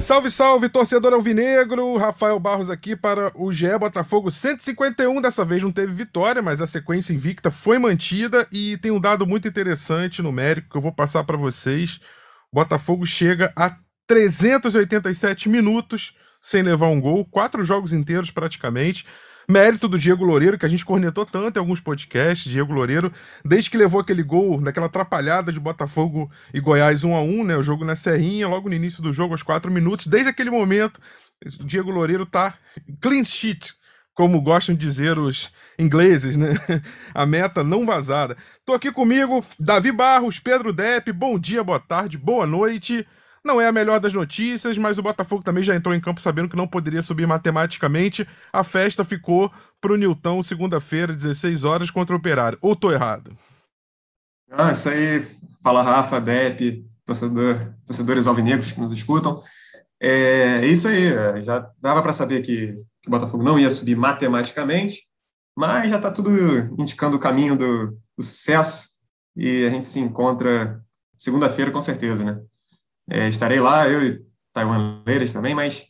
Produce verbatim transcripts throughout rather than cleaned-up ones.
Salve, salve, torcedor alvinegro! Rafael Barros aqui para o G E Botafogo cento e cinquenta e um. Dessa vez não teve vitória, mas a sequência invicta foi mantida e tem um dado muito interessante numérico que eu vou passar para vocês. O Botafogo chega a trezentos e oitenta e sete minutos sem levar um gol, quatro jogos inteiros praticamente. Mérito do Diego Loureiro, que a gente cornetou tanto em alguns podcasts. Diego Loureiro, desde que levou aquele gol, naquela atrapalhada de Botafogo e Goiás um a um, né? O jogo na Serrinha, logo no início do jogo, aos quatro minutos. Desde aquele momento, o Diego Loureiro tá clean sheet, como gostam de dizer os ingleses, né? A meta não vazada. Tô aqui comigo, Davi Barros, Pedro Depp. Bom dia, boa tarde, boa noite. Não é a melhor das notícias, mas o Botafogo também já entrou em campo sabendo que não poderia subir matematicamente. A festa ficou pro Nilton, segunda-feira, dezesseis horas, contra o Operário. Ou tô errado? Ah, isso aí. Fala, Rafa, Depp, torcedor, torcedores alvinegros que nos escutam. É isso aí. é, Já dava para saber que, que o Botafogo não ia subir matematicamente, mas já está tudo indicando o caminho do, do sucesso e a gente se encontra segunda-feira com certeza, né? É, estarei lá, eu e Taiwan Leiras também, mas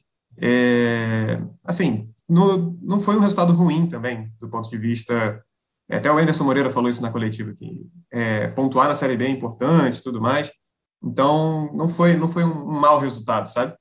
é, assim, no, não foi um resultado ruim também, do ponto de vista. é, Até o Anderson Moreira falou isso na coletiva, que é, pontuar na Série B é importante e tudo mais. Então, não foi, não foi um, um mau resultado, sabe?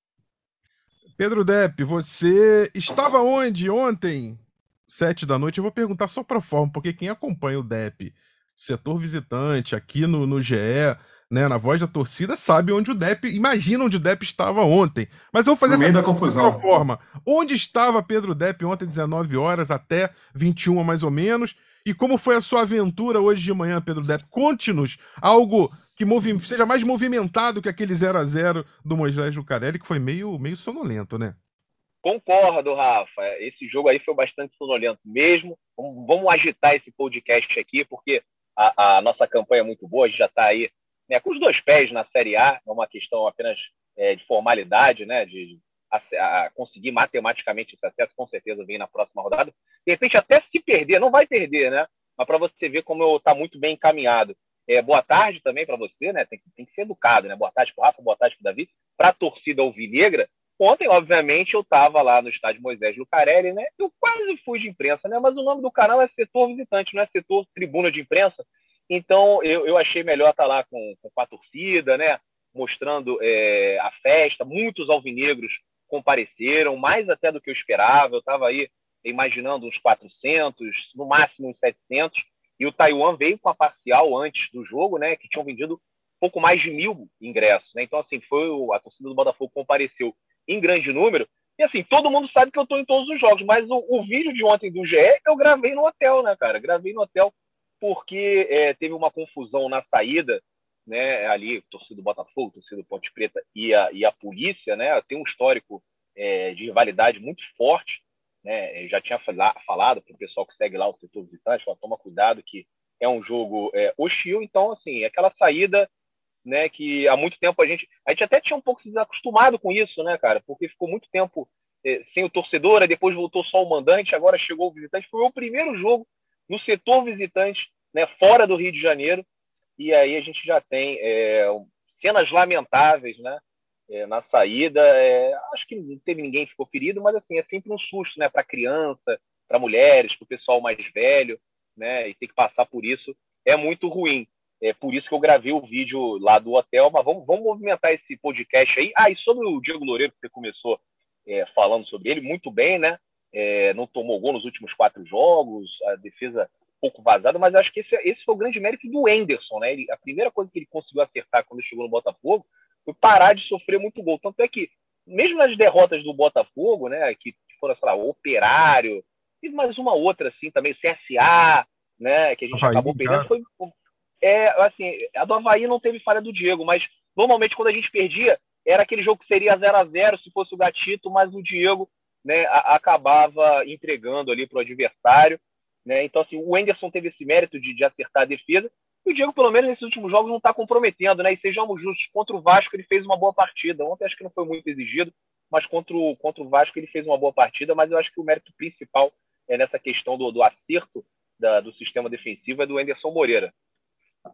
Pedro Depp, você estava onde ontem, sete da noite? Eu vou perguntar só para forma, porque quem acompanha o Depp, setor visitante, aqui no, no G E, né, na voz da torcida, sabe onde o Depp, imagina onde o Depp estava ontem. Mas eu vou fazer No essa meio da pergunta pro confusão. forma. Onde estava Pedro Depp ontem, dezenove horas até vinte e uma mais ou menos? E como foi a sua aventura hoje de manhã, Pedro Depp? Conte-nos algo que movi- seja mais movimentado que aquele zero a zero do Moisés Lucarelli, que foi meio, meio sonolento, né? Concordo, Rafa. Esse jogo aí foi bastante sonolento mesmo. Vamos, vamos agitar esse podcast aqui, porque a, a nossa campanha é muito boa. A gente já está aí, né, com os dois pés na Série A. É uma questão apenas é, de formalidade, né, de a, a conseguir matematicamente esse acesso. Com certeza vem na próxima rodada. De repente, até se perder, não vai perder, né? Mas para você ver como está muito bem encaminhado. É, boa tarde também para você, né? Tem, tem que ser educado, né? Boa tarde para o Rafa, boa tarde para o Davi. Para a torcida alvinegra, ontem, obviamente, eu estava lá no estádio Moisés Lucarelli, né? Eu quase fui de imprensa, né? Mas o nome do canal é setor visitante, não é setor tribuna de imprensa. Então, eu, eu achei melhor estar lá com, com a torcida, né? Mostrando é, a festa. Muitos alvinegros compareceram, mais até do que eu esperava. Eu estava aí imaginando uns quatrocentos, no máximo uns setecentos. E o Taiwan veio com a parcial antes do jogo, né? Que tinham vendido pouco mais de mil ingressos, né? Então, assim, foi o, a torcida do Botafogo compareceu em grande número. E assim, todo mundo sabe que eu estou em todos os jogos, mas o, o vídeo de ontem do G E eu gravei no hotel, né, cara? Gravei no hotel porque é, teve uma confusão na saída, né? Ali, torcida do Botafogo, torcida do Ponte Preta e a, e a polícia, né? Tem um histórico é, de rivalidade muito forte, né? Eu já tinha falado para o pessoal que segue lá o setor visitante, fala, toma cuidado que é um jogo é, hostil, então, assim, aquela saída, né, que há muito tempo a gente a gente até tinha um pouco se desacostumado com isso, né, cara, porque ficou muito tempo eh, sem o torcedor, aí depois voltou só o mandante, agora chegou o visitante. Foi o primeiro jogo no setor visitante, né, fora do Rio de Janeiro, e aí a gente já tem é, cenas lamentáveis, né, é, na saída. É, acho que não teve ninguém que ficou ferido, mas assim é sempre um susto, né, para criança, para mulheres, para o pessoal mais velho, né, e ter que passar por isso é muito ruim. É por isso que eu gravei o vídeo lá do hotel, mas vamos, vamos movimentar esse podcast aí. Ah, e sobre o Diego Loureiro, que você começou é, falando sobre ele, muito bem, né? É, não tomou gol nos últimos quatro jogos, a defesa um pouco vazada, mas acho que esse, esse foi o grande mérito do Anderson, né? Ele, a primeira coisa que ele conseguiu acertar quando chegou no Botafogo foi parar de sofrer muito gol. Tanto é que, mesmo nas derrotas do Botafogo, né, que foram, sei lá, Operário, e mais uma outra, assim, também, C S A, né, que a gente Havaí acabou em perdendo, casa. foi é, assim, a do Avaí não teve falha do Diego, mas normalmente quando a gente perdia, era aquele jogo que seria zero a zero se fosse o Gatito, mas o Diego, né, a, acabava entregando ali para o adversário, né? Então, assim, o Anderson teve esse mérito de, de acertar a defesa, e o Diego, pelo menos nesses últimos jogos, não está comprometendo, né? E sejamos justos, contra o Vasco ele fez uma boa partida. Ontem acho que não foi muito exigido, mas contra o, contra o Vasco ele fez uma boa partida, mas eu acho que o mérito principal é nessa questão do, do acerto da, do sistema defensivo é do Anderson Moreira.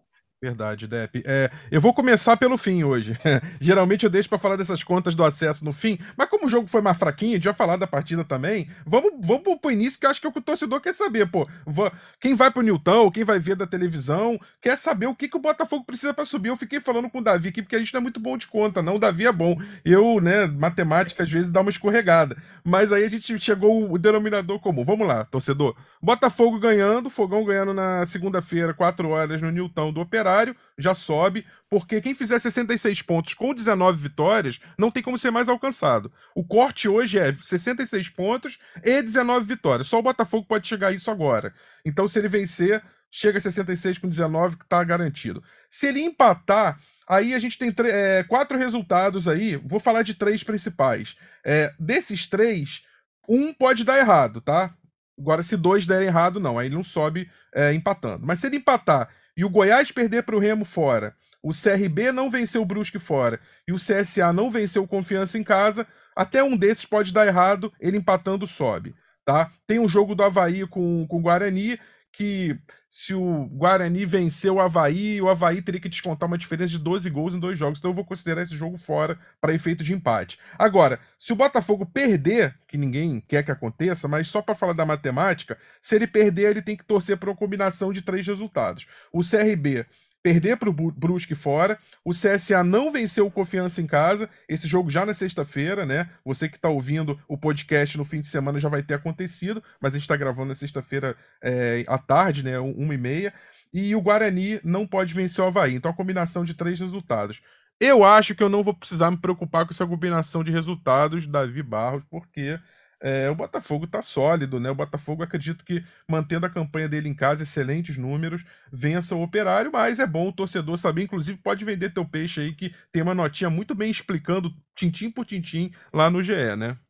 Verdade, Depp. É, eu vou começar pelo fim hoje. Geralmente eu deixo pra falar dessas contas do acesso no fim, mas como o jogo foi mais fraquinho, a gente já falar da partida também, vamos, vamos pro início, que eu acho que é o que o torcedor quer saber, pô. Va- Quem vai pro Newton, quem vai ver da televisão, quer saber o que, que o Botafogo precisa pra subir. Eu fiquei falando com o Davi aqui, porque a gente não é muito bom de conta, não. O Davi é bom. Eu, né, matemática às vezes dá uma escorregada. Mas aí a gente chegou o denominador comum. Vamos lá, torcedor. Botafogo ganhando, Fogão ganhando na segunda-feira, quatro horas no Newton do Operário, já sobe, porque quem fizer sessenta e seis pontos com dezenove vitórias não tem como ser mais alcançado. O corte hoje é sessenta e seis pontos e dezenove vitórias. Só o Botafogo pode chegar a isso agora. Então, se ele vencer, chega a sessenta e seis com dezenove, que tá garantido. Se ele empatar, aí a gente tem é, quatro resultados aí. Vou falar de três principais. É, desses três, um pode dar errado, tá? Agora, se dois derem errado, não. Aí ele não sobe é, empatando. Mas se ele empatar e o Goiás perder para o Remo fora, o C R B não venceu o Brusque fora e o C S A não venceu o Confiança em casa, até um desses pode dar errado, ele empatando sobe, tá? Tem um jogo do Avaí com, com o Guarani, que se o Guarani vencer o Avaí, o Avaí teria que descontar uma diferença de doze gols em dois jogos, então eu vou considerar esse jogo fora para efeito de empate. Agora, se o Botafogo perder, que ninguém quer que aconteça, mas só para falar da matemática, se ele perder, ele tem que torcer para uma combinação de três resultados. O C R B perder para o Brusque fora, o C S A não venceu o Confiança em casa, esse jogo já na sexta-feira, né? Você que está ouvindo o podcast no fim de semana já vai ter acontecido, mas a gente está gravando na sexta-feira é, à tarde, né? Uma e meia. E o Guarani não pode vencer o Avaí. Então a combinação de três resultados. Eu acho que eu não vou precisar me preocupar com essa combinação de resultados, Davi Barros, porque é, o Botafogo tá sólido, né? O Botafogo, acredito que, mantendo a campanha dele em casa, excelentes números, vença o Operário, mas é bom o torcedor saber, inclusive pode vender teu peixe aí, que tem uma notinha muito bem explicando, tintim por tintim, lá no G E, né?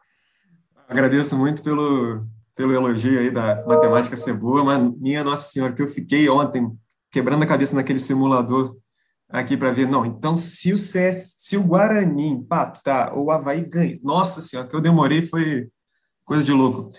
Agradeço muito pelo, pelo elogio aí da matemática ser boa, mas minha Nossa Senhora, que eu fiquei ontem quebrando a cabeça naquele simulador aqui para ver, não, então se o C S, se o Guarani empatar ou o Avaí ganha, nossa Senhora, que eu demorei foi coisa de louco.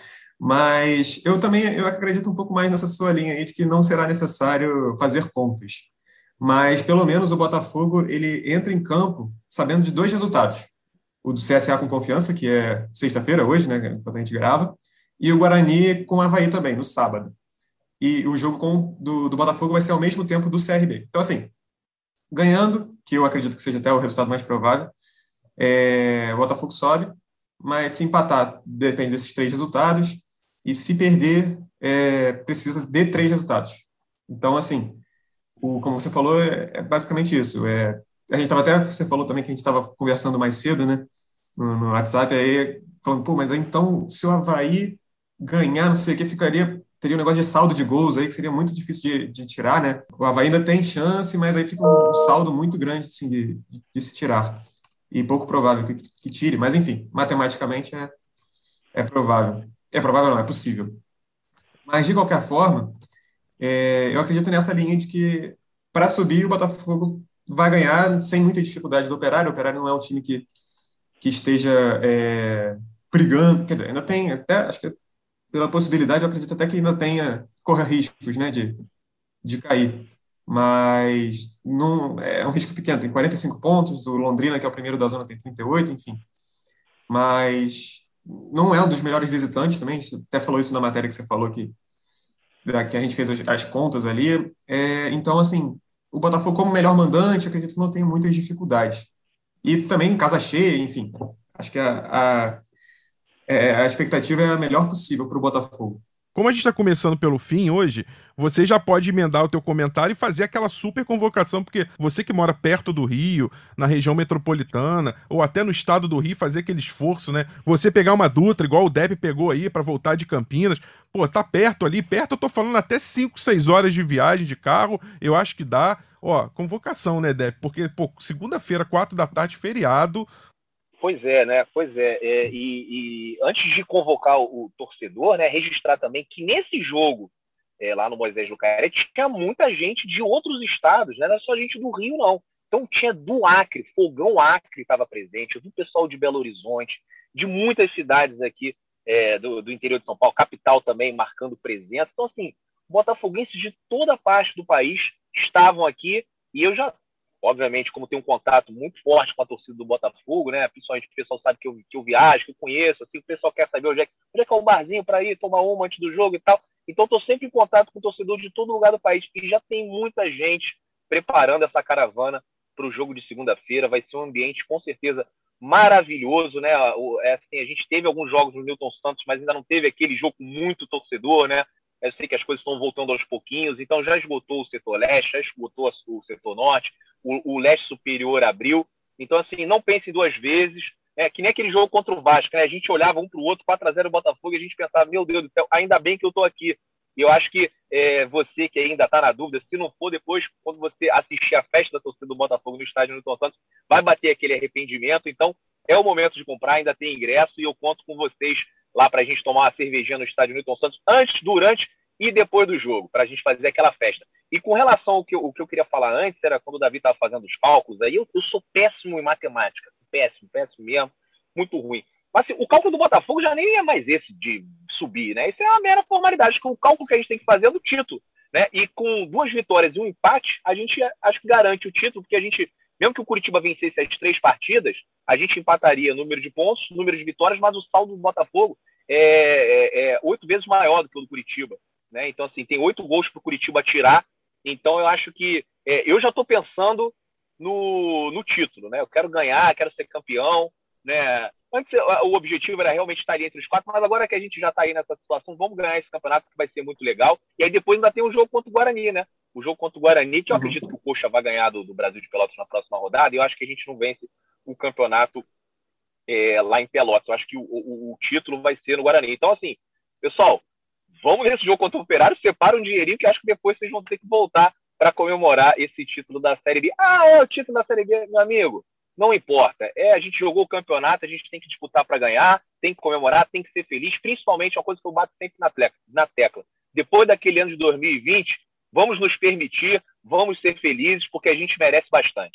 Mas eu também eu acredito um pouco mais nessa sua linha aí de que não será necessário fazer contas. Mas pelo menos o Botafogo ele entra em campo sabendo de dois resultados. O do C S A com Confiança, que é sexta-feira hoje, né, quando a gente grava, e o Guarani com o Avaí também, no sábado. E o jogo com, do, do Botafogo vai ser ao mesmo tempo do C R B. Então, assim, ganhando, que eu acredito que seja até o resultado mais provável, é, o Botafogo sobe, mas se empatar, depende desses três resultados, e se perder, é, precisa de três resultados. Então, assim, o, como você falou, é, é basicamente isso. É, a gente estava até, você falou também que a gente estava conversando mais cedo, né, no, no WhatsApp, aí falando, pô, mas aí, então, se o Avaí ganhar, não sei o que, ficaria, teria um negócio de saldo de gols aí, que seria muito difícil de, de tirar, né? O Avaí ainda tem chance, mas aí fica um, um saldo muito grande, assim, de, de, de se tirar. E pouco provável que, que tire, mas enfim, matematicamente é, é provável. É provável, não, é possível. Mas, de qualquer forma, é, eu acredito nessa linha de que, para subir, o Botafogo vai ganhar sem muita dificuldade do Operário. O Operário não é um time que, que esteja é, brigando, quer dizer, ainda tem, até, acho que pela possibilidade, eu acredito até que ainda tenha, corra riscos, né, de, de cair. Mas não, é um risco pequeno, tem quarenta e cinco pontos, o Londrina, que é o primeiro da zona, tem trinta e oito, enfim. Mas não é um dos melhores visitantes também, a gente até falou isso na matéria que você falou que, que a gente fez as, as contas ali. É, então, assim, o Botafogo como melhor mandante, eu acredito que não tem muitas dificuldades. E também casa cheia, enfim, acho que a, a, é, a expectativa é a melhor possível para o Botafogo. Como a gente está começando pelo fim hoje, você já pode emendar o teu comentário e fazer aquela super convocação, porque você que mora perto do Rio, na região metropolitana, ou até no estado do Rio, fazer aquele esforço, né? Você pegar uma Dutra, igual o Depp pegou aí, para voltar de Campinas. Pô, tá perto ali, perto eu tô falando até cinco, seis horas de viagem de carro, eu acho que dá. Ó, convocação, né, Depp? Porque, pô, segunda-feira, quatro da tarde, feriado. Pois é, né? Pois é. é e, e antes de convocar o, o torcedor, né, registrar também que nesse jogo, é, lá no Moisés Lucaré, tinha muita gente de outros estados, né? Não era só gente do Rio, não. Então tinha do Acre, Fogão Acre estava presente, do pessoal de Belo Horizonte, de muitas cidades aqui é, do, do interior de São Paulo, capital também marcando presença. Então, assim, botafoguenses de toda parte do país estavam aqui, e eu já, obviamente, como tenho um contato muito forte com a torcida do Botafogo, né? Principalmente o pessoal sabe que eu, que eu viajo, que eu conheço, assim, o pessoal quer saber onde é, onde é que é o barzinho para ir tomar uma antes do jogo e tal. Então, estou sempre em contato com o torcedor de todo lugar do país, e já tem muita gente preparando essa caravana para o jogo de segunda-feira. Vai ser um ambiente, com certeza, maravilhoso, né? É, assim, a gente teve alguns jogos no Newton Santos, mas ainda não teve aquele jogo com muito torcedor, né? Eu sei que as coisas estão voltando aos pouquinhos, então já esgotou o setor leste, já esgotou o setor norte, o, o leste superior abriu. Então, assim, não pense duas vezes. É que nem aquele jogo contra o Vasco, né? A gente olhava um para o outro, quatro a zero o Botafogo, e a gente pensava, meu Deus do céu, ainda bem que eu estou aqui. E eu acho que é, você que ainda está na dúvida, se não for depois, quando você assistir a festa da torcida do Botafogo no estádio Newton Santos, vai bater aquele arrependimento. Então, é o momento de comprar, ainda tem ingresso, e eu conto com vocês lá para a gente tomar uma cervejinha no estádio Newton Santos, antes, durante e depois do jogo, para a gente fazer aquela festa. E com relação ao que eu, o que eu queria falar antes, era quando o Davi estava fazendo os cálculos, aí eu, eu sou péssimo em matemática, péssimo, péssimo mesmo, muito ruim. Mas assim, o cálculo do Botafogo já nem é mais esse de subir, né? Isso é uma mera formalidade, acho que o cálculo que a gente tem que fazer é do título, né? E com duas vitórias e um empate, a gente acho que garante o título, porque a gente, mesmo que o Curitiba vencesse as três partidas, a gente empataria número de pontos, número de vitórias, mas o saldo do Botafogo é, é, é oito vezes maior do que o do Curitiba, né? Então, assim, tem oito gols para o Curitiba tirar. Então, eu acho que é, eu já estou pensando no, no título, né? Eu quero ganhar, quero ser campeão, né? Antes o objetivo era realmente estar ali entre os quatro, mas agora que a gente já está aí nessa situação, vamos ganhar esse campeonato, que vai ser muito legal. E aí depois ainda tem o jogo contra o Guarani, né? O jogo contra o Guarani, que eu acredito que o Coxa vai ganhar do, do Brasil de Pelotas na próxima rodada, e eu acho que a gente não vence o campeonato é, lá em Pelotas. Eu acho que o, o, o título vai ser no Guarani. Então, assim, pessoal, vamos nesse jogo contra o Operário, separa um dinheirinho, que eu acho que depois vocês vão ter que voltar para comemorar esse título da Série B. Ah, é o título da Série B, meu amigo. Não importa. É, a gente jogou o campeonato, a gente tem que disputar para ganhar, tem que comemorar, tem que ser feliz, principalmente uma coisa que eu bato sempre na tecla, na tecla. Depois daquele ano de dois mil e vinte, vamos nos permitir, vamos ser felizes, porque a gente merece bastante.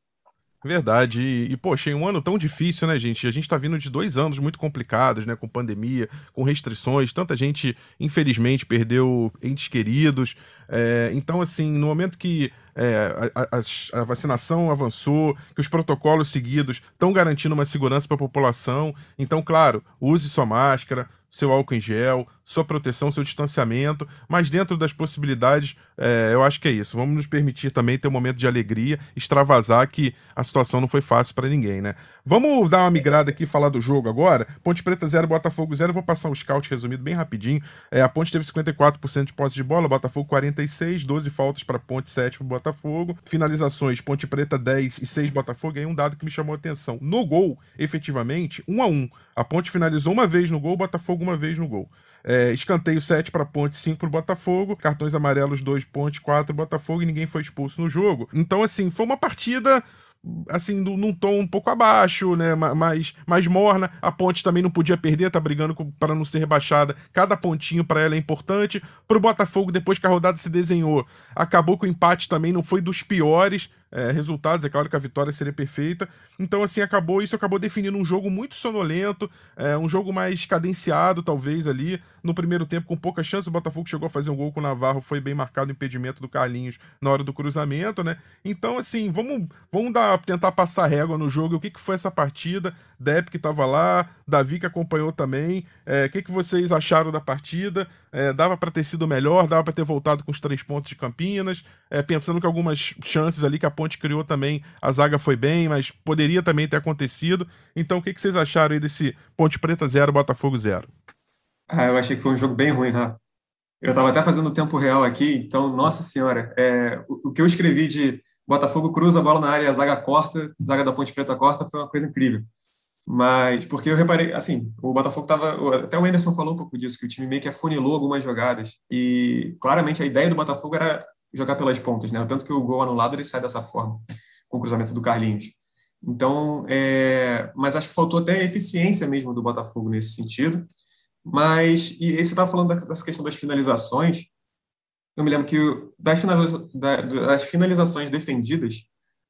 Verdade. E, e, poxa, em um ano tão difícil, né, gente? A gente tá vindo de dois anos muito complicados, né? Com pandemia, com restrições. Tanta gente, infelizmente, perdeu entes queridos. É, então, assim, no momento que é, a, a, a vacinação avançou, que os protocolos seguidos estão garantindo uma segurança para a população. Então, claro, use sua máscara, seu álcool em gel, sua proteção, seu distanciamento, mas dentro das possibilidades, é, eu acho que é isso. Vamos nos permitir também ter um momento de alegria, extravasar, que a situação não foi fácil para ninguém, né? Vamos dar uma migrada aqui e falar do jogo agora. Ponte Preta zero, Botafogo zero. Eu vou passar um scout resumido bem rapidinho. É, a Ponte teve cinquenta e quatro por cento de posse de bola, Botafogo quarenta e seis, doze faltas para Ponte, sete para Botafogo. Finalizações, Ponte Preta dez e seis Botafogo. E aí um dado que me chamou a atenção. No gol, efetivamente, um a um. A Ponte finalizou uma vez no gol, Botafogo uma vez no gol. É, escanteio sete para Ponte, cinco para o Botafogo, cartões amarelos dois, Ponte, quatro Botafogo, e ninguém foi expulso no jogo. Então, assim, foi uma partida assim, num tom um pouco abaixo, né, mais, mais morna. A Ponte também não podia perder, tá brigando para não ser rebaixada. Cada pontinho para ela é importante. Pro Botafogo, depois que a rodada se desenhou, acabou que o empate também não foi dos piores é, resultados. É claro que a vitória seria perfeita. Então, assim, acabou, isso acabou definindo um jogo muito sonolento, é, um jogo mais cadenciado, talvez, ali. No primeiro tempo, com pouca chance, o Botafogo chegou a fazer um gol com o Navarro, foi bem marcado o impedimento do Carlinhos na hora do cruzamento, né? Então, assim, vamos, vamos dar, tentar passar régua no jogo. O que, que foi essa partida? Depp que estava lá, Davi que acompanhou também. É, o que, que vocês acharam da partida? É, dava para ter sido melhor, dava para ter voltado com os três pontos de Campinas, é, pensando que algumas chances ali que a Ponte criou também, a zaga foi bem, mas poderia também ter acontecido. Então, o que, que vocês acharam aí desse Ponte Preta zero, Botafogo zero? Ah, eu achei que foi um jogo bem ruim, Rafa. Eu estava até fazendo o tempo real aqui, então, nossa senhora, é, o, o que eu escrevi de Botafogo cruza a bola na área, a zaga corta, a zaga da Ponte Preta corta, foi uma coisa incrível. Mas, porque eu reparei, assim, o Botafogo estava, até o Anderson falou um pouco disso, que o time meio que afunilou algumas jogadas, e claramente a ideia do Botafogo era jogar pelas pontas, né? Tanto que o gol anulado ele sai dessa forma, com o cruzamento do Carlinhos. Então, é, mas acho que faltou até eficiência mesmo do Botafogo nesse sentido. Mas, e você estava falando dessa questão das finalizações, eu me lembro que das finalizações, das finalizações defendidas,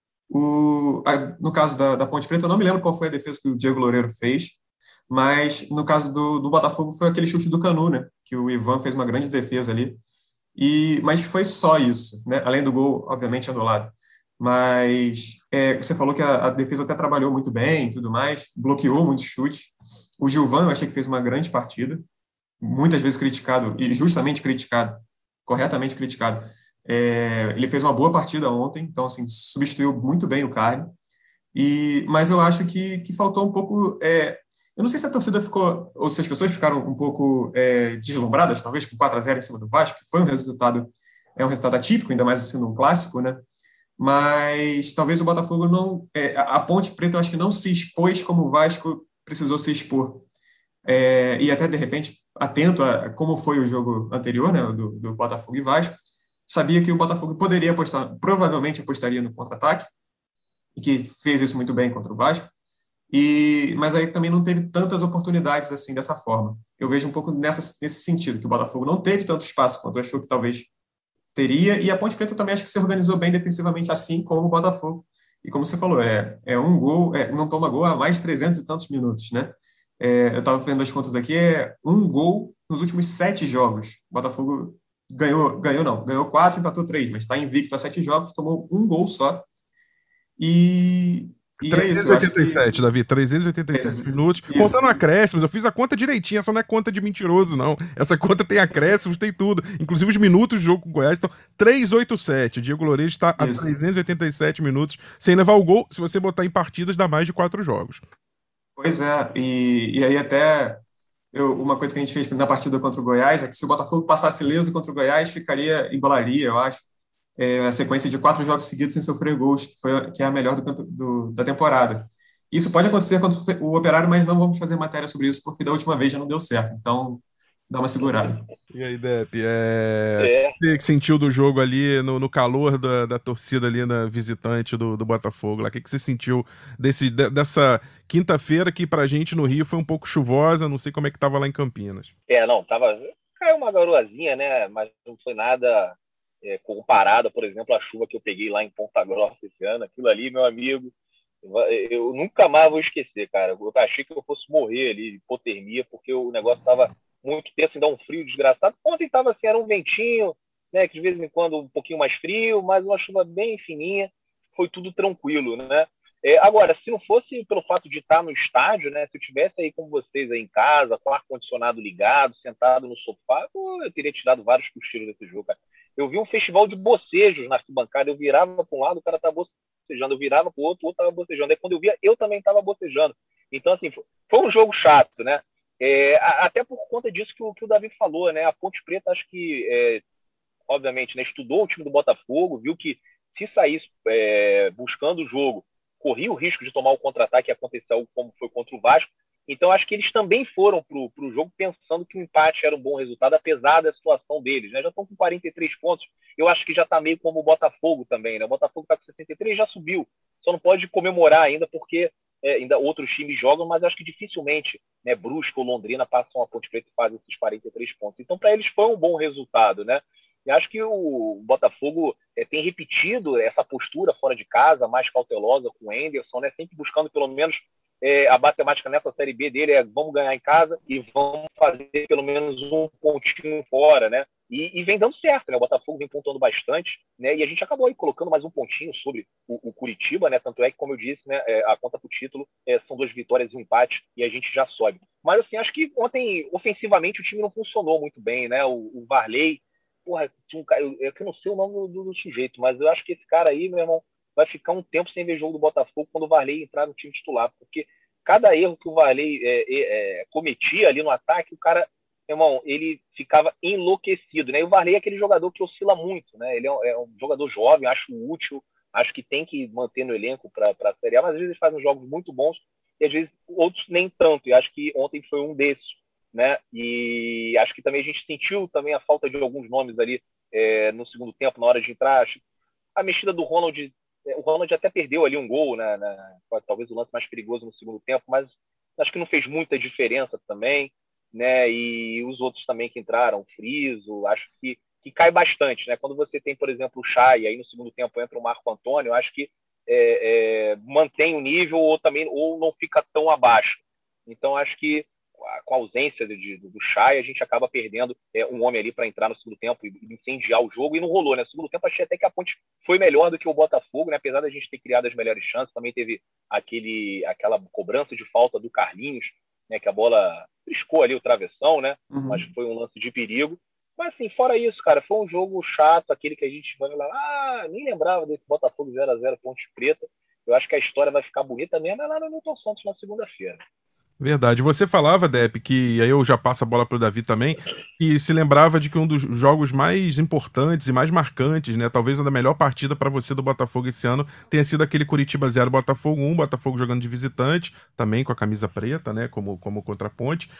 o, a, no caso da, da Ponte Preta, eu não me lembro qual foi a defesa que o Diego Loureiro fez, mas no caso do, do Botafogo foi aquele chute do Canu, né? Que o Ivan fez uma grande defesa ali. E, mas foi só isso, né? Além do gol, obviamente, anulado. Mas é, você falou que a, a defesa até trabalhou muito bem e tudo mais, bloqueou muitos chutes. O Gilvan, eu achei que fez uma grande partida, muitas vezes criticado, e justamente criticado, corretamente criticado. É, ele fez uma boa partida ontem, então, assim, substituiu muito bem o Carne. E, mas eu acho que, que faltou um pouco. É, eu não sei se a torcida ficou, ou se as pessoas ficaram um pouco é, deslumbradas, talvez, com quatro a zero em cima do Vasco, que foi um resultado, é um resultado atípico, ainda mais sendo um clássico, né? Mas talvez o Botafogo não. É, a Ponte Preta, eu acho que não se expôs como o Vasco precisou se expor. É, e até, de repente, atento a como foi o jogo anterior, né, do, do Botafogo e Vasco, sabia que o Botafogo poderia apostar, provavelmente apostaria no contra-ataque, e que fez isso muito bem contra o Vasco, e, mas aí também não teve tantas oportunidades assim dessa forma. Eu vejo um pouco nessa, nesse sentido, que o Botafogo não teve tanto espaço quanto achou que talvez teria, e a Ponte Preta também acho que se organizou bem defensivamente, assim como o Botafogo. E como você falou, é, é um gol, é, não toma gol há mais de trezentos e tantos minutos, né? É, eu estava vendo as contas aqui, é um gol nos últimos sete jogos. O Botafogo ganhou, ganhou não, ganhou quatro, empatou três, mas está invicto a sete jogos, tomou um gol só. E, e é isso, eu acho que trezentos e oitenta e sete, Davi, trezentos e oitenta e sete minutos, isso, contando acréscimos. Eu fiz a conta direitinho, essa não é conta de mentiroso, não. Essa conta tem acréscimos, tem tudo, inclusive os minutos de jogo com o Goiás. Então, trezentos e oitenta e sete. O Diego Loureiro está a isso. trezentos e oitenta e sete minutos, sem levar o gol. Se você botar em partidas, dá mais de quatro jogos. Pois é, e, e aí até eu, uma coisa que a gente fez na partida contra o Goiás é que se o Botafogo passasse leso contra o Goiás, ficaria, igualaria, eu acho, é, a sequência de quatro jogos seguidos sem sofrer gols, que, foi, que é a melhor do, campe- do, da temporada. Isso pode acontecer contra o Operário, mas não vamos fazer matéria sobre isso, porque da última vez já não deu certo. Então, dá uma segurada. E aí, Depp, é... o que É, você sentiu do jogo ali, no, no calor da, da torcida ali, na visitante do, do Botafogo lá? O que que você sentiu desse, de- dessa quinta-feira que pra gente no Rio foi um pouco chuvosa, não sei como é que tava lá em Campinas. é, não, tava. Caiu uma garoazinha, né? Mas não foi nada é, comparado, por exemplo, à chuva que eu peguei lá em Ponta Grossa esse ano. Aquilo ali, meu amigo, eu nunca mais vou esquecer, cara. Eu achei que eu fosse morrer ali de hipotermia, porque o negócio tava muito tenso, ainda um frio desgraçado. Ontem tava assim, era um ventinho, né? Que de vez em quando um pouquinho mais frio, mas uma chuva bem fininha. Foi tudo tranquilo, né? É, agora, se não fosse pelo fato de estar no estádio, né? Se eu tivesse aí com vocês aí em casa, com o ar-condicionado ligado, sentado no sofá, pô, eu teria tirado vários cochilos desse jogo, cara. Eu vi um festival de bocejos na arquibancada, eu virava para um lado, o cara tava bocejando, eu virava para o outro, o outro tava bocejando. Aí quando eu via, eu também estava bocejando. Então, assim, foi um jogo chato, né? É, até por conta disso que o, que o Davi falou, né? A Ponte Preta, acho que, é, obviamente, né, estudou o time do Botafogo, viu que se saísse é, buscando o jogo, corria o risco de tomar o contra-ataque e acontecer algo como foi contra o Vasco. Então, acho que eles também foram para o jogo pensando que o empate era um bom resultado, apesar da situação deles, né? Já estão com quarenta e três pontos. Eu acho que já está meio como o Botafogo também, né? O Botafogo está com sessenta e três, já subiu. Só não pode comemorar ainda, porque é, ainda outros times jogam, mas acho que dificilmente, né, Brusque ou Londrina passam a Ponte Preta e fazem esses quarenta e três pontos. Então, para eles foi um bom resultado, né? E acho que o Botafogo é, tem repetido essa postura fora de casa, mais cautelosa com o Enderson, né? Sempre buscando pelo menos é, a matemática nessa Série B dele é vamos ganhar em casa e vamos fazer pelo menos um pontinho fora, né? E, e vem dando certo, né? O Botafogo vem pontuando bastante, né? E a gente acabou aí colocando mais um pontinho sobre o, o Curitiba, né? Tanto é que, como eu disse, né? É, a conta para o título é, são duas vitórias e um empate e a gente já sobe. Mas, assim, acho que ontem, ofensivamente, o time não funcionou muito bem, né? O, o Varley, porra, tinha um cara, eu, eu não sei o nome do, do sujeito, mas eu acho que esse cara aí, meu irmão, vai ficar um tempo sem ver jogo do Botafogo quando o Varley entrar no time titular, porque cada erro que o Varley é, é, é, cometia ali no ataque, o cara, meu irmão, ele ficava enlouquecido, né? E o Varley é aquele jogador que oscila muito, né? Ele é um, é um jogador jovem, acho útil, acho que tem que manter no elenco para a Série A, mas às vezes ele faz uns jogos muito bons e às vezes outros nem tanto, e acho que ontem foi um desses, né? E acho que também a gente sentiu também a falta de alguns nomes ali é, no segundo tempo, na hora de entrar. Acho a mexida do Ronald, o Ronald até perdeu ali um gol, né, na, talvez o lance mais perigoso no segundo tempo, mas acho que não fez muita diferença também, né? E os outros também que entraram, o Friso, acho que, que cai bastante, né? Quando você tem, por exemplo, o Chay, e aí no segundo tempo entra o Marco Antônio, acho que é, é, mantém o nível ou também ou não fica tão abaixo. Então acho que com a ausência de, do, do Chay, a gente acaba perdendo é, um homem ali para entrar no segundo tempo e incendiar o jogo, e não rolou, né? No segundo tempo achei até que a Ponte foi melhor do que o Botafogo, né? Apesar da gente ter criado as melhores chances, também teve aquele, aquela cobrança de falta do Carlinhos, né? Que a bola triscou ali o travessão, né? Uhum. Mas foi um lance de perigo. Mas assim, fora isso, cara, foi um jogo chato, aquele que a gente vai lá, ah, nem lembrava desse Botafogo zero a zero Ponte Preta. Eu acho que a história vai ficar bonita mesmo é lá no Newton Santos na segunda-feira. Verdade. Você falava, Depp, que aí eu já passo a bola pro Davi também, que se lembrava de que um dos jogos mais importantes e mais marcantes, né, talvez uma da melhor partida para você do Botafogo esse ano, tenha sido aquele Curitiba zero, Botafogo um, Botafogo jogando de visitante, também com a camisa preta, né, como, como contraponte,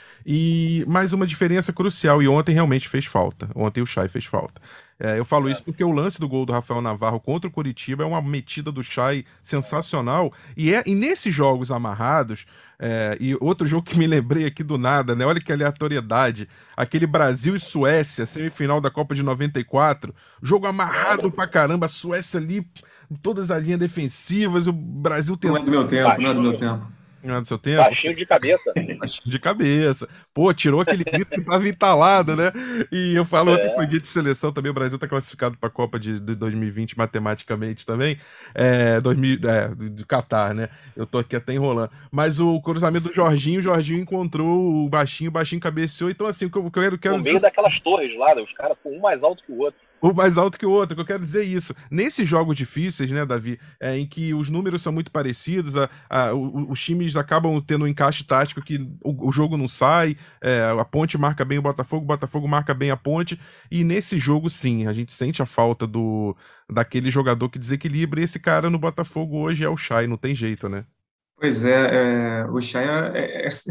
e mais uma diferença crucial, e ontem realmente fez falta. Ontem o Chay fez falta. É, eu falo isso porque o lance do gol do Rafael Navarro contra o Curitiba é uma metida do Chay sensacional, e, é, e nesses jogos amarrados, é, e outro jogo que me lembrei aqui do nada, né? Olha que aleatoriedade. Aquele Brasil e Suécia, semifinal da Copa de noventa e quatro. Jogo amarrado pra caramba. A Suécia ali, todas as linhas defensivas. O Brasil Não é tentando. do meu tempo, não é do meu tempo. Não é do seu tempo? Baixinho de cabeça. Baixinho de cabeça. Pô, tirou aquele grito que tava entalado, né? E eu falo, ontem foi dia de seleção também. O Brasil tá classificado pra Copa de, de dois mil e vinte matematicamente também. É, dois mil, é, de Catar, né? Eu tô aqui até enrolando. Mas o cruzamento do Jorginho, o Jorginho encontrou o baixinho, o baixinho cabeceou. Então, assim, o que eu quero, quero No meio dizer... daquelas torres lá, os caras, um mais alto que o outro. Um mais alto que o outro, que eu quero dizer isso. Nesses jogos difíceis, né, Davi, é, em que os números são muito parecidos, a, a, o, os times acabam tendo um encaixe tático que o, o jogo não sai, é, a Ponte marca bem o Botafogo, o Botafogo marca bem a Ponte, e nesse jogo, sim, a gente sente a falta do daquele jogador que desequilibra, e esse cara no Botafogo hoje é o Chay, não tem jeito, né? Pois é, é o Chay, é, é,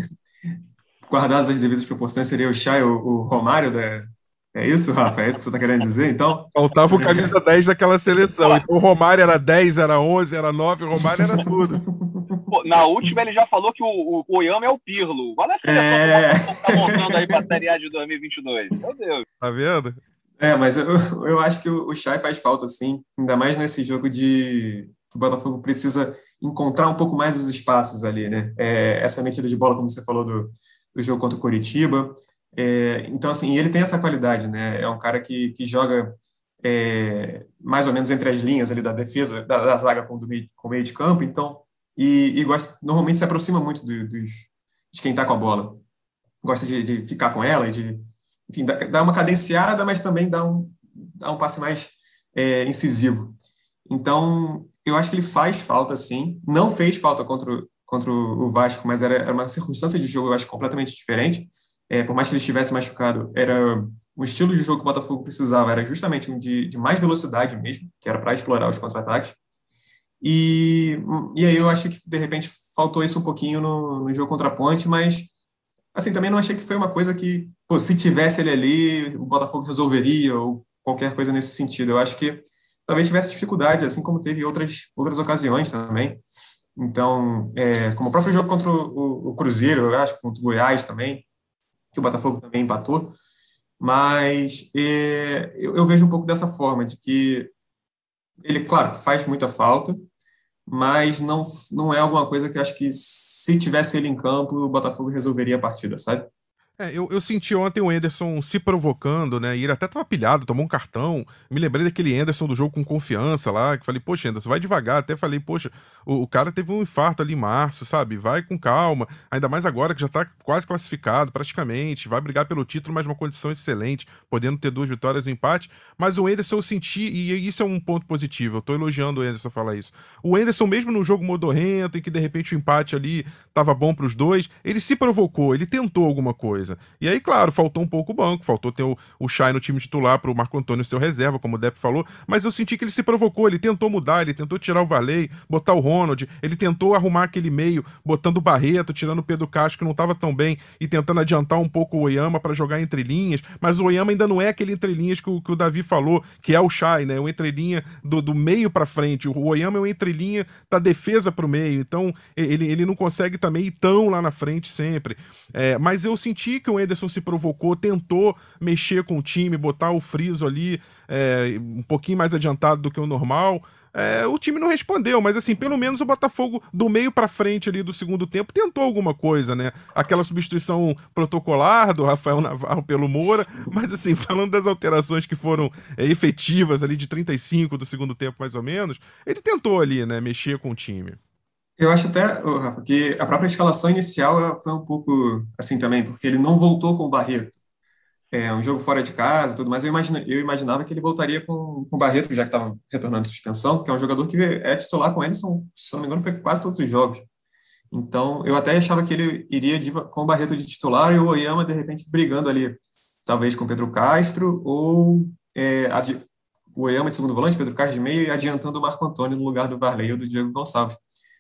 guardadas as devidas proporções, seria o Chay, o, o Romário da... É isso, Rafa? É isso que você está querendo dizer, então? Faltava o camisa dez daquela seleção. Então o Romário era dez, era onze, era nove, o Romário era tudo. Pô, na última ele já falou que o, o, o Oyama é o Pirlo. Olha a seleção É... que o tá montando aí para a Série A de dois mil e vinte e dois. Meu Deus. Tá vendo? É, mas eu, eu acho que o Chay faz falta, sim. Ainda mais nesse jogo de que o Botafogo precisa encontrar um pouco mais os espaços ali, né? É, essa metida de bola, como você falou, do, do jogo contra o Curitiba. É, então, assim, ele tem essa qualidade, né? É um cara que, que joga é, mais ou menos entre as linhas ali da defesa, da, da zaga com, do meio, com o meio de campo, então, e, e gosta, normalmente se aproxima muito do, dos, de quem está com a bola. Gosta de, de ficar com ela, de, enfim, dar, dar uma cadenciada, mas também dar um, dar um passe mais é, incisivo. Então, eu acho que ele faz falta, sim. Não fez falta contra, o, contra o Vasco, mas era, era uma circunstância de jogo, eu acho, completamente diferente. É, por mais que ele estivesse machucado, era o estilo de jogo que o Botafogo precisava, era justamente um de, de mais velocidade mesmo, que era para explorar os contra-ataques. E, e aí eu acho que, de repente, faltou isso um pouquinho no, no jogo contra a Ponte, mas, assim, também não achei que foi uma coisa que, pô, se tivesse ele ali, o Botafogo resolveria, ou qualquer coisa nesse sentido. Eu acho que talvez tivesse dificuldade, assim como teve outras, outras ocasiões também. Então, é, como o próprio jogo contra o, o Cruzeiro, eu acho, contra o Goiás também, que o Botafogo também empatou, mas é, eu, eu vejo um pouco dessa forma, de que ele, claro, faz muita falta, mas não, não é alguma coisa que eu acho que se tivesse ele em campo, o Botafogo resolveria a partida, sabe? É, eu, eu senti ontem o Enderson se provocando, né? E ele até tava pilhado, tomou um cartão. Me lembrei daquele Enderson do jogo com confiança lá, que falei, poxa, Enderson, vai devagar. Até falei, poxa, o, o cara teve um infarto ali em março, sabe? Vai com calma. Ainda mais agora que já tá quase classificado, praticamente. Vai brigar pelo título, mas uma condição excelente, podendo ter duas vitórias e um empate. Mas o Enderson eu senti, e isso é um ponto positivo, eu tô elogiando o Enderson falar isso. O Enderson, mesmo no jogo modorrento, em que de repente o empate ali tava bom pros dois, ele se provocou, ele tentou alguma coisa. E aí, claro, faltou um pouco o banco, faltou ter o, o Chay no time titular pro Marco Antônio ser o reserva, como o Depp falou, mas eu senti que ele se provocou, ele tentou mudar, ele tentou tirar o Varley, botar o Ronald, ele tentou arrumar aquele meio, botando o Barreto, tirando o Pedro Castro, que não tava tão bem, e tentando adiantar um pouco o Oyama para jogar entre linhas, mas o Oyama ainda não é aquele entre linhas que o, que o Davi falou, que é o Chay, né, o entrelinha do, do meio para frente, o Oyama é o entrelinha da defesa pro meio, então ele, ele não consegue também ir tão lá na frente sempre, é, mas eu senti que o Ederson se provocou, tentou mexer com o time, botar o Friso ali é, um pouquinho mais adiantado do que o normal. é, o time não respondeu, mas assim, pelo menos o Botafogo do meio pra frente ali do segundo tempo tentou alguma coisa, né? Aquela substituição protocolar do Rafael Navarro pelo Moura, mas assim, falando das alterações que foram é, efetivas ali de trinta e cinco do segundo tempo mais ou menos, ele tentou ali, né, mexer com o time. Eu acho até, ô, Rafa, que a própria escalação inicial ela foi um pouco assim também, porque ele não voltou com o Barreto. É um jogo fora de casa e tudo mais. Eu, imagina, eu imaginava que ele voltaria com, com o Barreto, que já que estava retornando de suspensão, que é um jogador que é titular com ele, são, se não me engano, foi quase todos os jogos. Então, eu até achava que ele iria de, com o Barreto de titular e o Oyama, de repente, brigando ali, talvez com o Pedro Castro, ou é, adi- o Oyama de segundo volante, Pedro Castro de meio, e adiantando o Marco Antônio no lugar do Varley ou do Diego Gonçalves.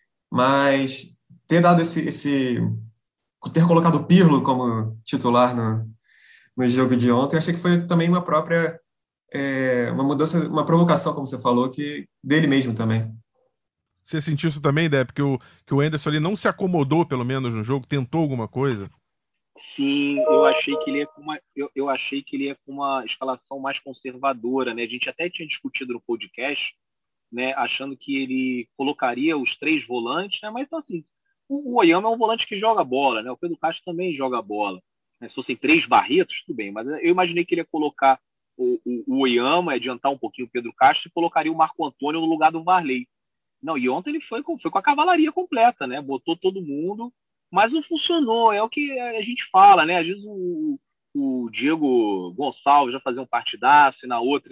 Mas ter dado esse, esse ter colocado o Pirlo como titular no, no jogo de ontem, eu achei que foi também uma própria é, uma mudança, uma provocação, como você falou, que dele mesmo também. Você sentiu isso também, Dé? Porque o, que o Anderson ali não se acomodou, pelo menos, no jogo, tentou alguma coisa? Sim, eu achei que ele ia com uma, eu, eu achei que ele ia com uma escalação mais conservadora, né? A gente até tinha discutido no podcast, né? Achando que ele colocaria os três volantes, né? Mas então, assim, o, o Oyama é um volante que joga bola, né? O Pedro Castro também joga bola. Né? Se fossem três Barretos, tudo bem, mas eu imaginei que ele ia colocar o, o, o Oyama, adiantar um pouquinho o Pedro Castro e colocaria o Marco Antônio no lugar do Varley. Não, e ontem ele foi com, foi com a cavalaria completa, né? Botou todo mundo, mas não funcionou. É o que a gente fala, né? Às vezes o, o Diego Gonçalves já fazia um partidaço e na outra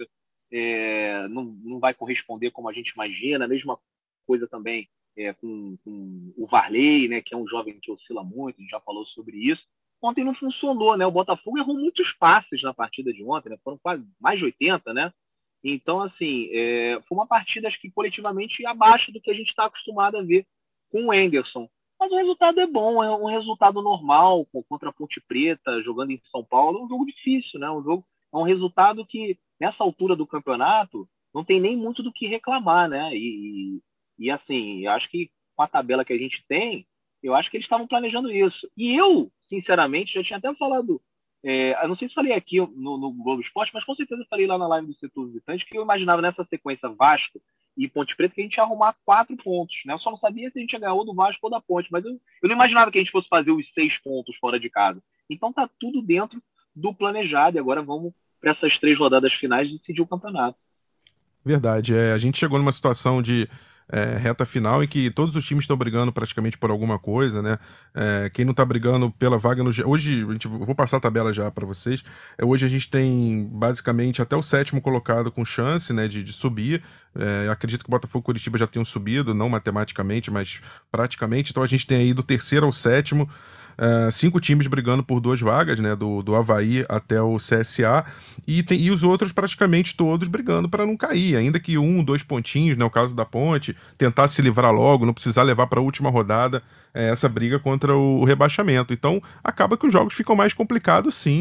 é, não, não vai corresponder como a gente imagina. A mesma coisa também é, com, com o Varley, né? Que é um jovem que oscila muito, a gente já falou sobre isso. Ontem não funcionou, né? O Botafogo errou muitos passes na partida de ontem, né? Foram quase mais de oitenta, né? Então, assim, é, foi uma partida, acho que coletivamente abaixo do que a gente está acostumado a ver com o Anderson. Mas o resultado é bom, é um resultado normal, contra a Ponte Preta, jogando em São Paulo. É um jogo difícil, né? Um jogo, é um resultado que, nessa altura do campeonato, não tem nem muito do que reclamar, né? E, e, e assim, acho que com a tabela que a gente tem, eu acho que eles estavam planejando isso. E eu, sinceramente, já tinha até falado. É, eu não sei se falei aqui no, no Globo Esporte, mas com certeza falei lá na live do Setor Visitante que eu imaginava nessa sequência Vasco e Ponte Preta que a gente ia arrumar quatro pontos, né? Eu só não sabia se a gente ia ganhar ou do Vasco ou da Ponte, mas eu, eu não imaginava que a gente fosse fazer os seis pontos fora de casa. Então tá tudo dentro do planejado e agora vamos para essas três rodadas finais decidir o campeonato. Verdade. É, a gente chegou numa situação de é, reta final em que todos os times estão brigando praticamente por alguma coisa, né? É, quem não tá brigando pela vaga no... G- Hoje, a gente, eu vou passar a tabela já para vocês. É, hoje a gente tem basicamente até o sétimo colocado com chance, né, de, de subir. É, acredito que o Botafogo e Curitiba já tenham subido, não matematicamente, mas praticamente. Então a gente tem aí do terceiro ao sétimo Uh, cinco times brigando por duas vagas, né? Do, do Avaí até o C S A, e, tem, e os outros praticamente todos brigando para não cair, ainda que um, dois pontinhos, né? O caso da Ponte, tentar se livrar logo, não precisar levar para a última rodada é, essa briga contra o, o rebaixamento. Então acaba que os jogos ficam mais complicados, sim,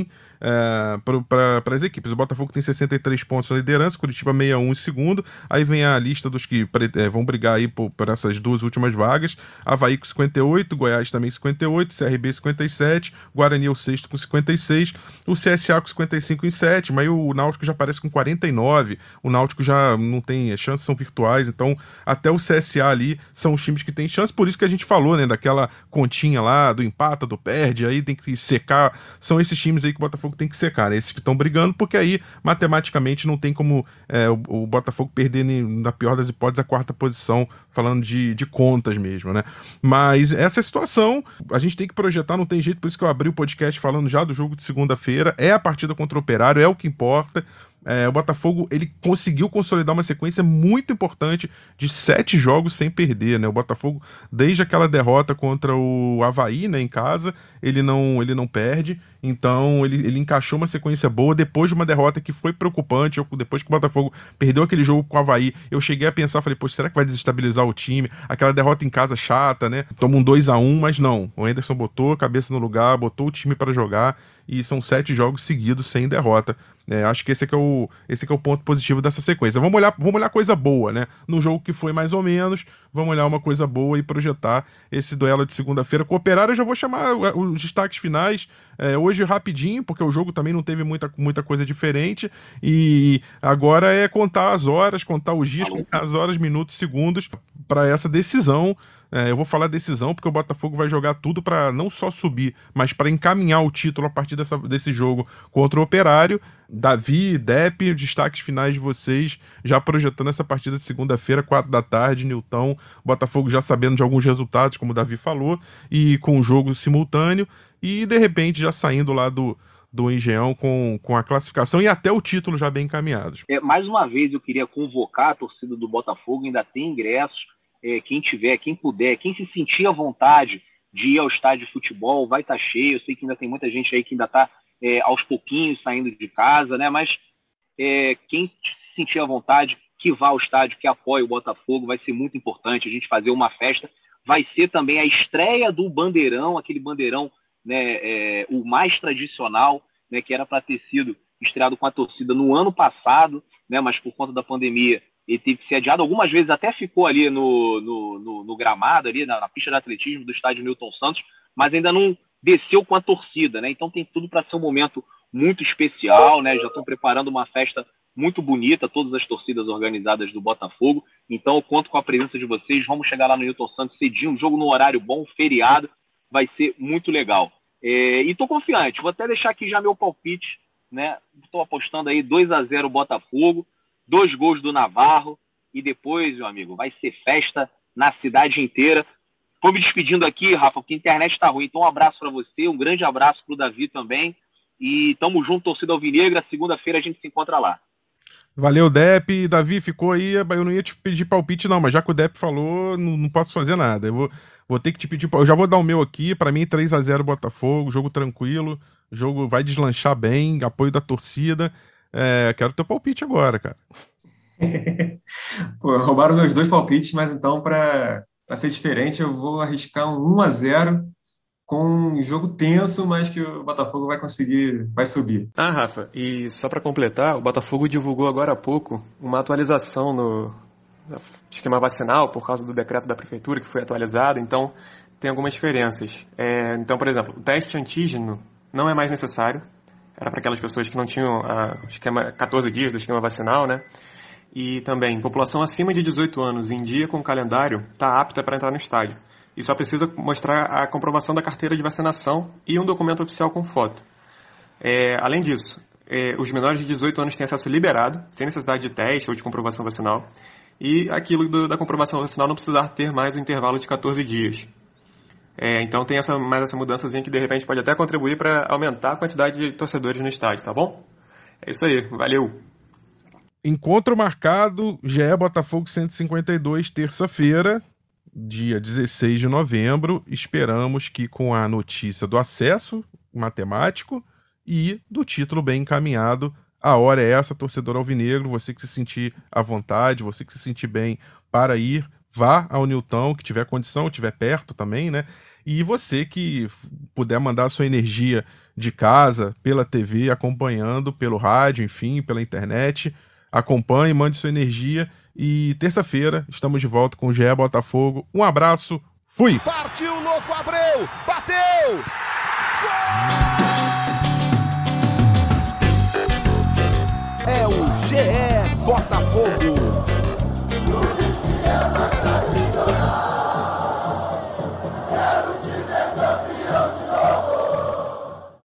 é, para as equipes. O Botafogo tem sessenta e três pontos na liderança, Curitiba sessenta e um em segundo, aí vem a lista dos que é, vão brigar aí por, por essas duas últimas vagas: Avaí com cinquenta e oito, Goiás também cinquenta e oito, C R B cinquenta e sete, Guarani é o sexto com cinquenta e seis, o C S A com cinquenta e cinco em sétimo, aí o Náutico já aparece com quarenta e nove, o Náutico já não tem chances, são virtuais, então até o C S A ali são os times que têm chance, por isso que a gente falou, né, daquela continha lá, do empata, do perde, aí tem que secar, são esses times aí que o Botafogo tem que secar, né, esses que estão brigando, porque aí matematicamente não tem como é, o, o Botafogo perder, na pior das hipóteses, a quarta posição, falando de, de contas mesmo, né, mas essa situação a gente tem que projetar, não tem jeito, por isso que eu abri o podcast falando já do jogo de segunda-feira, é a partida contra o Operário, é o que importa. É, o Botafogo, ele conseguiu consolidar uma sequência muito importante de sete jogos sem perder, né? O Botafogo, desde aquela derrota contra o Avaí, né, em casa, ele não, ele não perde, então ele, ele encaixou uma sequência boa depois de uma derrota que foi preocupante. Eu, depois que o Botafogo perdeu aquele jogo com o Avaí, eu cheguei a pensar, falei, pô, será que vai desestabilizar o time? Aquela derrota em casa chata, né? Toma um dois a um, mas não. O Anderson botou a cabeça no lugar, botou o time para jogar, e são sete jogos seguidos sem derrota. É, acho que esse é, que é o, esse é, que é o ponto positivo dessa sequência. Vamos olhar, vamos olhar coisa boa, né? No jogo que foi mais ou menos, vamos olhar uma coisa boa e projetar esse duelo de segunda-feira. Com o Operário eu já vou chamar os destaques finais é, hoje rapidinho, porque o jogo também não teve muita, muita coisa diferente, e agora é contar as horas, contar os dias, contar as horas, minutos, segundos para essa decisão. É, eu vou falar decisão porque o Botafogo vai jogar tudo para não só subir, mas para encaminhar o título a partir dessa, desse jogo contra o Operário. Davi, Depp, destaques finais de vocês, já projetando essa partida de segunda-feira, quatro da tarde, Nilton, Botafogo já sabendo de alguns resultados, como o Davi falou, e com o jogo simultâneo, e de repente já saindo lá do, do Engenhão com, com a classificação e até o título já bem encaminhados. É, mais uma vez eu queria convocar a torcida do Botafogo, ainda tem ingressos, é, quem tiver, quem puder, quem se sentir à vontade de ir ao estádio de futebol, vai estar cheio. Eu sei que ainda tem muita gente aí que ainda está é, aos pouquinhos saindo de casa, né? Mas é, quem se sentir à vontade, que vá ao estádio, que apoie o Botafogo, vai ser muito importante a gente fazer uma festa. Vai ser também a estreia do Bandeirão, aquele Bandeirão, né, é, o mais tradicional, né, que era para ter sido estreado com a torcida no ano passado, né, mas por conta da pandemia ele teve que ser adiado. Algumas vezes até ficou ali no, no, no, no gramado, ali na, na pista de atletismo do estádio Newton Santos, mas ainda não desceu com a torcida, né? Então tem tudo para ser um momento muito especial, né? Já estão preparando uma festa muito bonita, todas as torcidas organizadas do Botafogo. Então eu conto com a presença de vocês. Vamos chegar lá no Newton Santos cedinho, um jogo no horário bom, feriado, vai ser muito legal. É, e estou confiante, vou até deixar aqui já meu palpite, né? Estou apostando aí dois a zero Botafogo, dois gols do Navarro, e depois, meu amigo, vai ser festa na cidade inteira. Estou me despedindo aqui, Rafa, porque a internet está ruim. Então um abraço para você, um grande abraço para o Davi também, e tamo junto, torcida alvinegra. Segunda-feira a gente se encontra lá. Valeu, Depp. Davi, ficou aí, eu não ia te pedir palpite não, mas já que o Depp falou, não, não posso fazer nada. Eu vou, vou ter que te pedir, eu já vou dar o meu aqui, para mim três a zero Botafogo, jogo tranquilo, jogo vai deslanchar bem, apoio da torcida. É, quero teu palpite agora, cara. Pô, roubaram meus dois palpites, mas então, para ser diferente, eu vou arriscar um um a zero com um jogo tenso, mas que o Botafogo vai conseguir, vai subir. Ah, Rafa, e só para completar, o Botafogo divulgou agora há pouco uma atualização no esquema vacinal por causa do decreto da prefeitura que foi atualizado, então tem algumas diferenças. É, então, por exemplo, o teste antígeno não é mais necessário. Era para aquelas pessoas que não tinham a esquema quatorze dias do esquema vacinal, né? E também, população acima de dezoito anos em dia com calendário está apta para entrar no estádio. E só precisa mostrar a comprovação da carteira de vacinação e um documento oficial com foto. É, além disso, é, os menores de dezoito anos têm acesso liberado, sem necessidade de teste ou de comprovação vacinal. E aquilo do, da comprovação vacinal não precisar ter mais um intervalo de quatorze dias. É, então tem essa, mais essa mudançazinha que de repente pode até contribuir para aumentar a quantidade de torcedores no estádio, tá bom? É isso aí, valeu! Encontro marcado, G E Botafogo cento e cinquenta e dois, terça-feira, dia dezesseis de novembro. Esperamos que com a notícia do acesso matemático e do título bem encaminhado, a hora é essa, torcedor alvinegro, você que se sentir à vontade, você que se sentir bem para ir, vá ao Nilton, que tiver condição, tiver perto também, né? E você que puder mandar a sua energia de casa, pela T V, acompanhando, pelo rádio, enfim, pela internet, acompanhe, mande sua energia. E terça-feira estamos de volta com o G E Botafogo. Um abraço, fui! Partiu, louco, Abreu! Bateu! Gol!